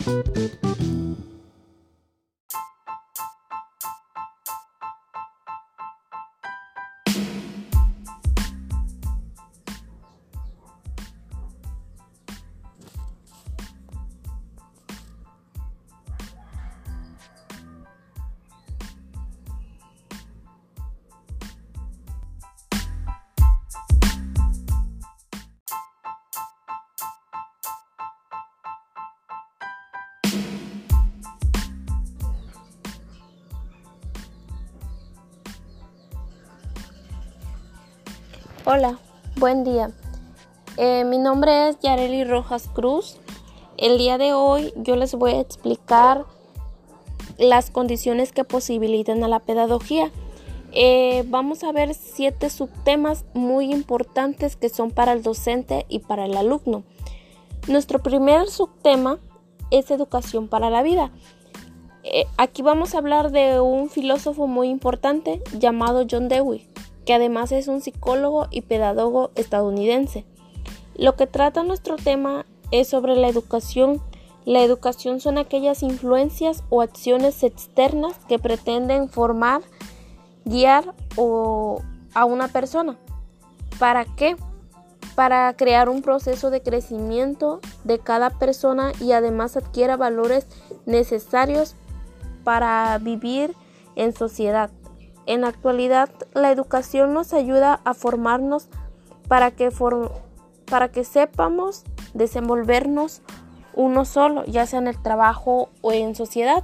Hola, buen día. Mi nombre es Yareli Rojas Cruz. El día de hoy yo les voy a explicar las condiciones que posibilitan a la pedagogía. Vamos a ver 7 subtemas muy importantes que son para el docente y para el alumno. Nuestro primer subtema es educación para la vida. Aquí vamos a hablar de un filósofo muy importante llamado John Dewey, que además es un psicólogo y pedagogo estadounidense. Lo que trata nuestro tema es sobre la educación. La educación son aquellas influencias o acciones externas que pretenden formar, guiar a una persona. ¿Para qué? Para crear un proceso de crecimiento de cada persona y además adquiera valores necesarios para vivir en sociedad. En la actualidad, la educación nos ayuda a formarnos para que sepamos desenvolvernos uno solo, ya sea en el trabajo o en sociedad.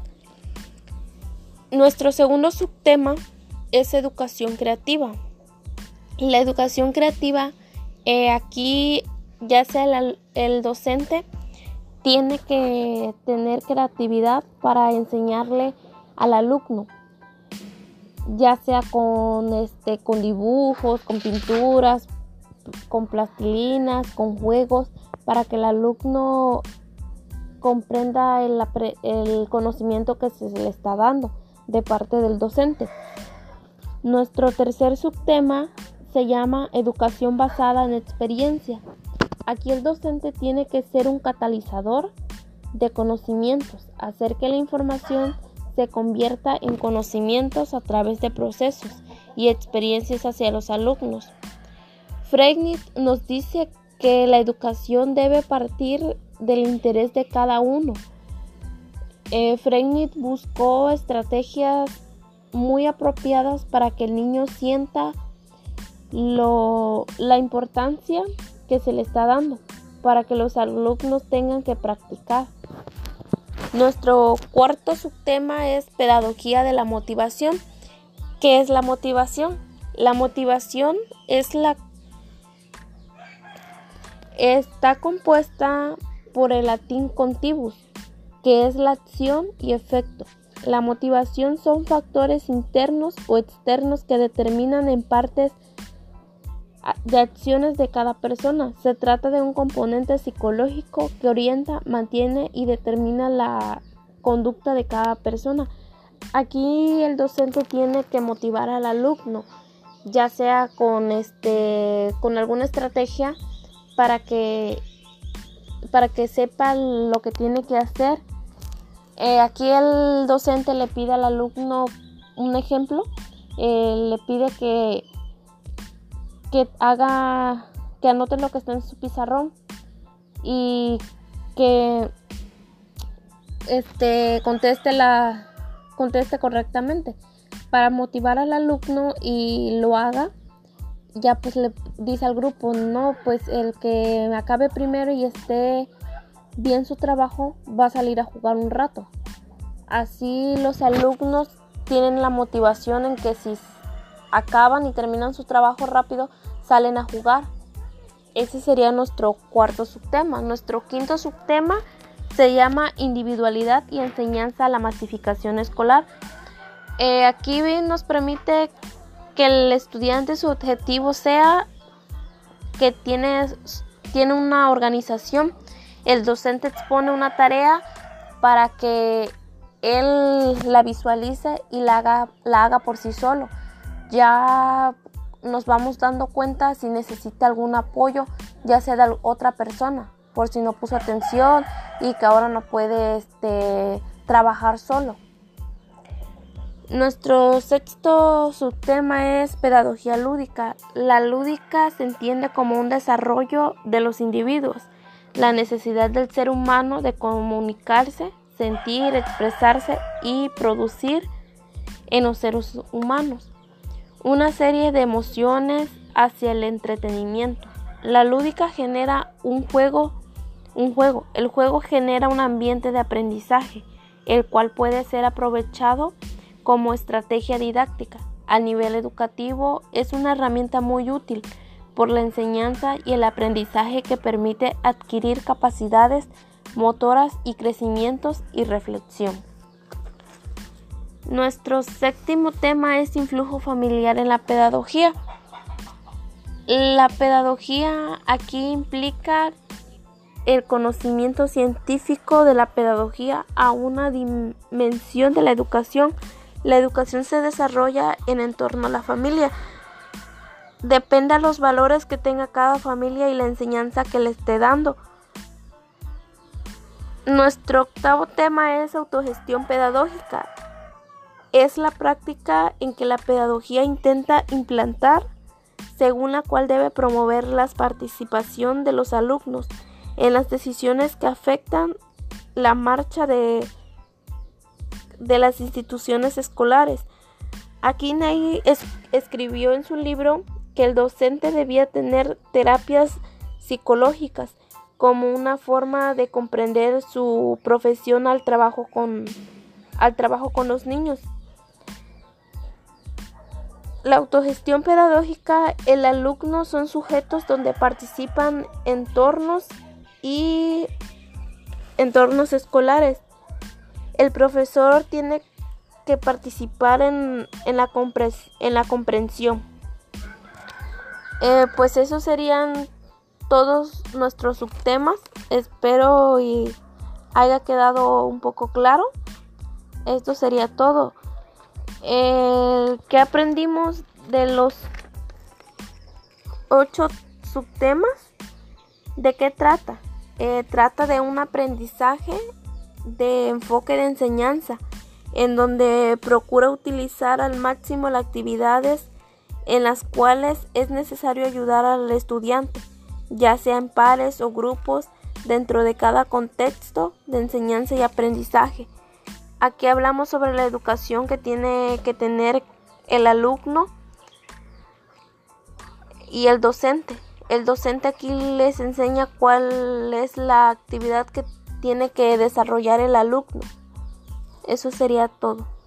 Nuestro segundo subtema es educación creativa. La educación creativa, aquí ya sea el docente tiene que tener creatividad para enseñarle al alumno, ya sea con dibujos, con pinturas, con plastilinas, con juegos, para que el alumno comprenda el conocimiento que se le está dando de parte del docente. Nuestro tercer subtema se llama educación basada en experiencia. Aquí el docente tiene que ser un catalizador de conocimientos, hacer que la información se convierta en conocimientos a través de procesos y experiencias hacia los alumnos. Freire nos dice que la educación debe partir del interés de cada uno. Freire buscó estrategias muy apropiadas para que el niño sienta la importancia que se le está dando, para que los alumnos tengan que practicar. Nuestro cuarto subtema es pedagogía de la motivación. ¿Qué es la motivación? La motivación está compuesta por el latín contivus, que es la acción y efecto. La motivación son factores internos o externos que determinan en partes de acciones de cada persona. Se trata de un componente psicológico que orienta, mantiene y determina la conducta de cada persona. Aquí el docente tiene que motivar al alumno, ya sea con alguna estrategia para que sepa lo que tiene que hacer. Aquí el docente le pide al alumno un ejemplo, le pide que anote lo que está en su pizarrón y que conteste correctamente. Para motivar al alumno y lo haga, ya pues le dice al grupo, no, pues el que acabe primero y esté bien su trabajo va a salir a jugar un rato. Así los alumnos tienen la motivación en que si acaban y terminan su trabajo rápido, salen a jugar. Ese sería nuestro cuarto subtema. Nuestro quinto subtema se llama individualidad y enseñanza a la masificación escolar. Aquí nos permite que el estudiante, su objetivo sea que tiene una organización. El docente expone una tarea para que él la visualice y la haga por sí solo. Ya nos vamos dando cuenta si necesita algún apoyo, ya sea de otra persona. por si no puso atención y que ahora no puede trabajar solo. Nuestro sexto subtema es pedagogía lúdica. La lúdica se entiende como un desarrollo de los individuos, la necesidad del ser humano de comunicarse, sentir, expresarse y producir en los seres humanos una serie de emociones hacia el entretenimiento. La lúdica genera un juego. El juego genera un ambiente de aprendizaje, el cual puede ser aprovechado como estrategia didáctica. A nivel educativo es una herramienta muy útil por la enseñanza y el aprendizaje que permite adquirir capacidades motoras y crecimientos y reflexión. Nuestro séptimo tema es influjo familiar en la pedagogía. La pedagogía aquí implica el conocimiento científico de la pedagogía a una dimensión de la educación. La educación se desarrolla en torno a la familia. Depende de los valores que tenga cada familia y la enseñanza que le esté dando. Nuestro octavo tema es autogestión pedagógica. Es la práctica en que la pedagogía intenta implantar, según la cual debe promover la participación de los alumnos en las decisiones que afectan la marcha de las instituciones escolares. Aquí Ney escribió en su libro que el docente debía tener terapias psicológicas como una forma de comprender su profesión al trabajo con los niños. La autogestión pedagógica, el alumno son sujetos donde participan entornos escolares. El profesor tiene que participar en la comprensión. Pues esos serían todos nuestros subtemas. Espero y haya quedado un poco claro. Esto sería todo. ¿Qué aprendimos de los 8 subtemas? ¿De qué trata? Trata de un aprendizaje de enfoque de enseñanza, en donde procura utilizar al máximo las actividades en las cuales es necesario ayudar al estudiante, ya sea en pares o grupos, dentro de cada contexto de enseñanza y aprendizaje. Aquí hablamos sobre la educación que tiene que tener el alumno y el docente. El docente aquí les enseña cuál es la actividad que tiene que desarrollar el alumno. Eso sería todo.